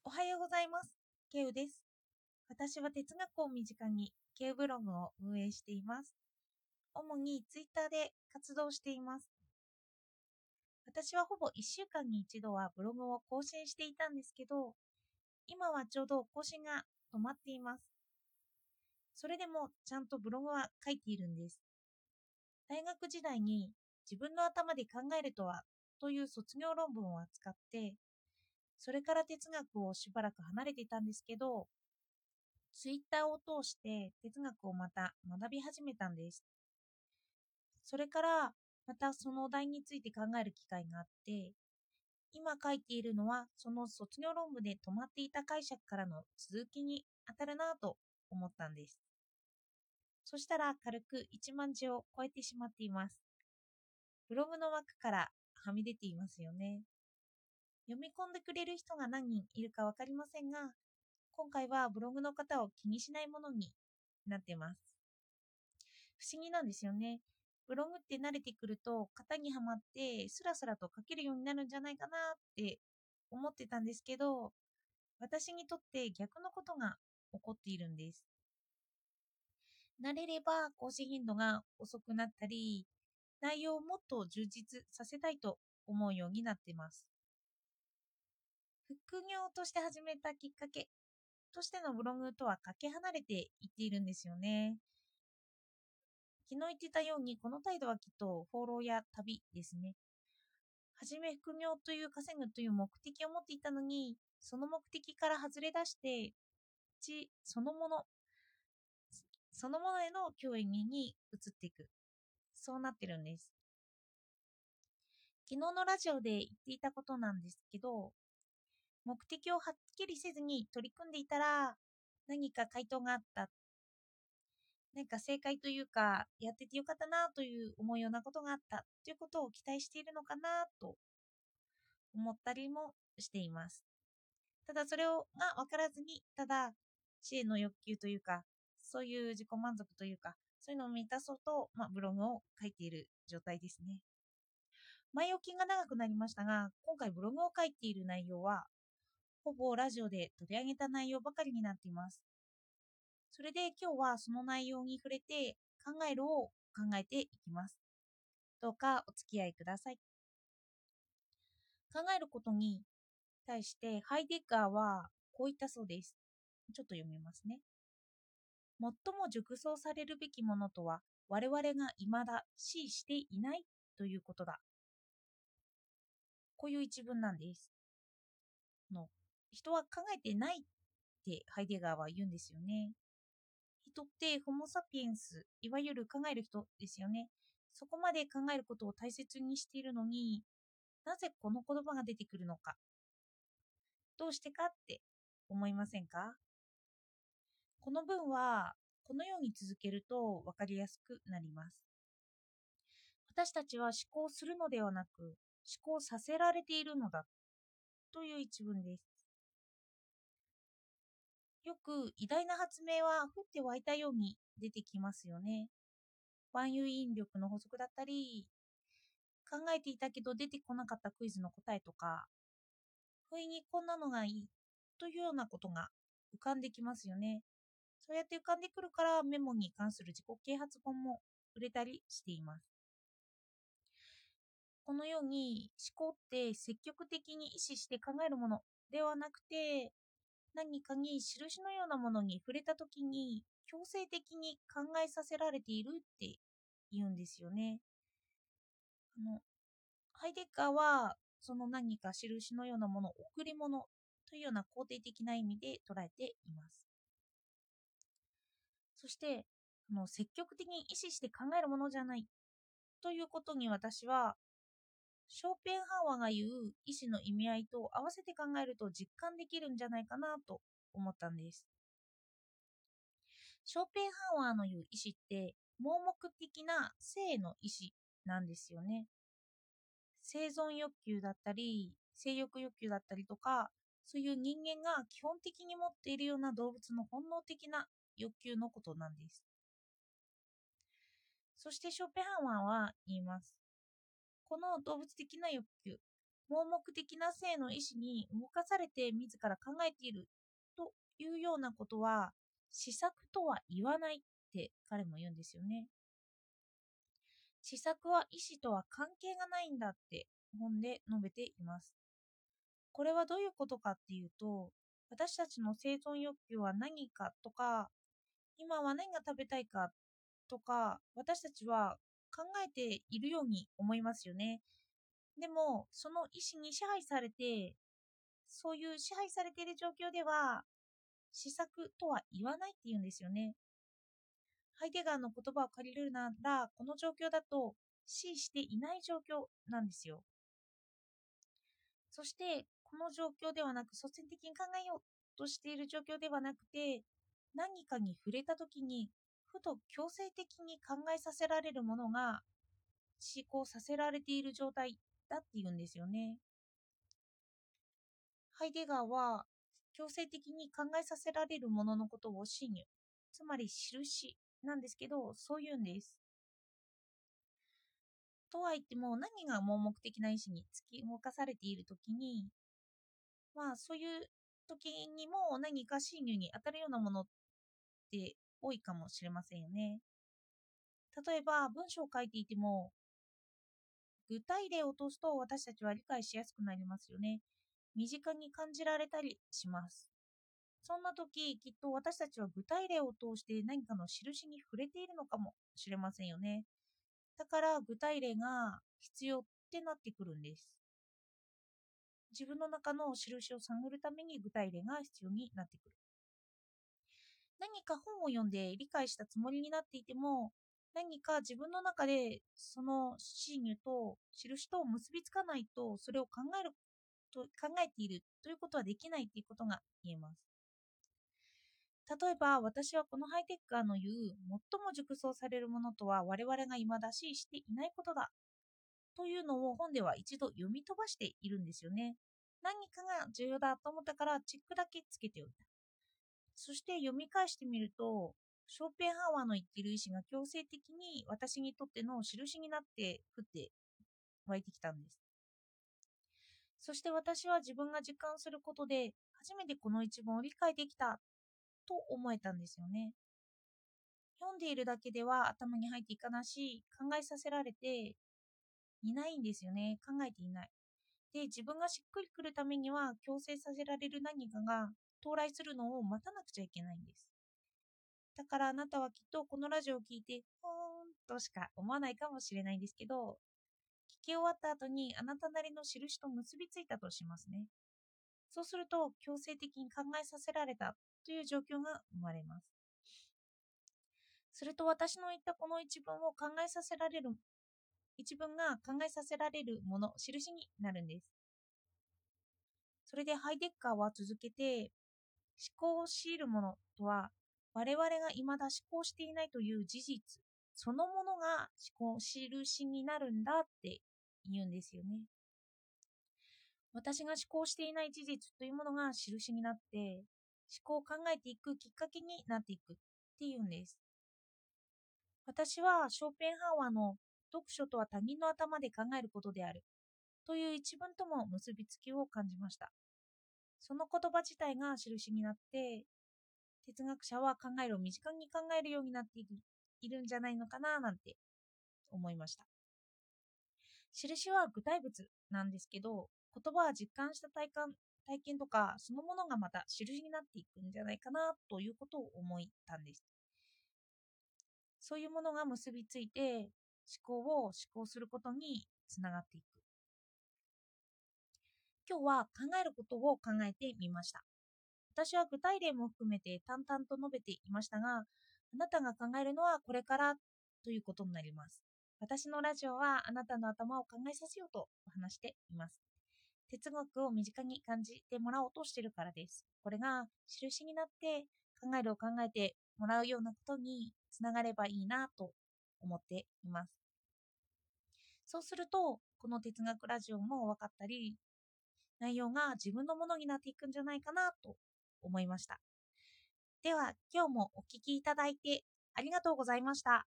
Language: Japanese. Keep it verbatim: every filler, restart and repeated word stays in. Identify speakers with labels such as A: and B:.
A: おはようございます。ケウです。私は哲学を身近にケウブログを運営しています。主にツイッターで活動しています。私はほぼいっしゅうかんに一度はブログを更新していたんですけど、今はちょうど更新が止まっています。それでもちゃんとブログは書いているんです。大学時代に自分の頭で考えるとはという卒業論文を扱って、それから哲学をしばらく離れていたんですけど、ツイッターを通して哲学をまた学び始めたんです。それからまたそのお題について考える機会があって、今書いているのはその卒業論文で止まっていた解釈からの続きに当たるなぁと思ったんです。そしたら軽くいちまん字を超えてしまっています。ブログの枠からはみ出ていますよね。読み込んでくれる人が何人いるかわかりませんが、今回はブログの方を気にしないものになってます。不思議なんですよね。ブログって慣れてくると型にはまってスラスラと書けるようになるんじゃないかなって思ってたんですけど、私にとって逆のことが起こっているんです。慣れれば更新頻度が遅くなったり、内容をもっと充実させたいと思うようになっています。副業として始めたきっかけとしてのブログとはかけ離れていっているんですよね。昨日言ってたように、この態度はきっと放浪や旅ですね。はじめ副業という稼ぐという目的を持っていたのに、その目的から外れ出して、知そのもの、そのものへの興味に移っていく。そうなってるんです。昨日のラジオで言っていたことなんですけど、目的をはっきりせずに取り組んでいたら、何か回答があった。何か正解というか、やっててよかったなという思うようなことがあったということを期待しているのかなと思ったりもしています。ただそれをが分からずに、ただ知恵の欲求というか、そういう自己満足というか、そういうのを満たそうと、まあ、ブログを書いている状態ですね。前置きが長くなりましたが、今回ブログを書いている内容は、ほぼラジオで取り上げた内容ばかりになっています。それで今日はその内容に触れて考えるを考えていきます。どうかお付き合いください。考えることに対してハイデッガーはこう言ったそうです。ちょっと読みますね。最も熟考されるべきものとは我々が未だ視していないということだ。こういう一文なんです。の人は考えてないってハイデガーは言うんですよね。人ってホモ・サピエンス、いわゆる考える人ですよね。そこまで考えることを大切にしているのになぜこの言葉が出てくるのか、どうしてかって思いませんか？この文はこのように続けると分かりやすくなります。私たちは思考するのではなく思考させられているのだという一文です。よく偉大な発明は降って湧いたように出てきますよね。万有引力の法則だったり、考えていたけど出てこなかったクイズの答えとか、不意にこんなのがいいというようなことが浮かんできますよね。そうやって浮かんでくるからメモに関する自己啓発本も売れたりしています。このように思考って積極的に意識して考えるものではなくて、何かに印のようなものに触れた時に強制的に考えさせられているって言うんですよね。あのハイデッカーはその何か印のようなもの、贈り物というような肯定的な意味で捉えています。そしてあの積極的に意識して考えるものじゃないということに、私はショーペンハワーが言う意思の意味合いと合わせて考えると実感できるんじゃないかなと思ったんです。ショーペンハワーの言う意思って盲目的な性の意思なんですよね。生存欲求だったり性欲欲求だったりとか、そういう人間が基本的に持っているような動物の本能的な欲求のことなんです。そしてショーペンハワーは言います。この動物的な欲求、 盲目的な性の意志に動かされて自ら考えているというようなことは、思索とは言わないって彼も言うんですよね。思索は意志とは関係がないんだって本で述べています。これはどういうことかっていうと、私たちの生存欲求は何かとか、今は何が食べたいかとか、私たちは考えているように思いますよね。でも、その意志に支配されて、そういう支配されている状況では、施策とは言わないって言うんですよね。ハイデガーの言葉を借りるなら、この状況だと、死していない状況なんですよ。そして、この状況ではなく、率先的に考えようとしている状況ではなくて、何かに触れたときに、ふと強制的に考えさせられるものが思考させられている状態だっていうんですよね。ハイデガーは強制的に考えさせられるもののことをシーニュ、つまり印なんですけど、そういうんです。とは言っても、何が盲目的な意志に突き動かされているときに、まあそういう時にも何かシーニュに当たるようなものって多いかもしれませんよね。例えば文章を書いていても、具体例を通すと私たちは理解しやすくなりますよね。身近に感じられたりします。そんな時、きっと私たちは具体例を通して何かの印に触れているのかもしれませんよね。だから具体例が必要ってなってくるんです。自分の中の印を探るために具体例が必要になってくる。何か本を読んで理解したつもりになっていても、何か自分の中でそのシーニュと印と結びつかないと、それを考えると考えているということはできないということが言えます。例えば、私はこのハイテクーの言う最も熟考されるものとは我々が未だししていないことだというのを本では一度読み飛ばしているんですよね。何かが重要だと思ったからチェックだけつけておいた。そして読み返してみると、ショーペンハワーの言っている意思が強制的に私にとっての印になって降って湧いてきたんです。そして私は自分が実感することで初めてこの一文を理解できたと思えたんですよね。読んでいるだけでは頭に入っていかないし、考えさせられていないんですよね。考えていない。で、自分がしっくりくるためには強制させられる何かが到来するのを待たなくちゃいけないんです。だからあなたはきっとこのラジオを聞いて、ほーんとしか思わないかもしれないんですけど、聞き終わった後にあなたなりの印と結びついたとしますね。そうすると強制的に考えさせられたという状況が生まれます。すると私の言ったこの一文を考えさせられる一文が考えさせられるもの、印になるんです。それでハイデッカーは続けて、思考を強いるものとは、我々が未だ思考していないという事実、そのものが思考、印になるんだって言うんですよね。私が思考していない事実というものが印になって、思考を考えていくきっかけになっていくっていうんです。私はショーペンハワーの読書とは他人の頭で考えることであるという一文とも結びつきを感じました。その言葉自体が印になって、哲学者は考えるを身近に考えるようになっているいるんじゃないのかななんて思いました。印は具体物なんですけど、言葉は実感した体感体験とかそのものがまた印になっていくんじゃないかなということを思ったんです。そういうものが結びついて思考を思考することにつながっていく。今日は考えることを考えてみました。私は具体例も含めて淡々と述べていましたが、あなたが考えるのはこれからということになります。私のラジオはあなたの頭を考えさせようと話しています。哲学を身近に感じてもらおうとしているからです。これが印になって考えるを考えてもらうようなことにつながればいいなと思っています。そうすると、この哲学ラジオも分かったり、内容が自分のものになっていくんじゃないかなと思いました。では、今日もお聞きいただいてありがとうございました。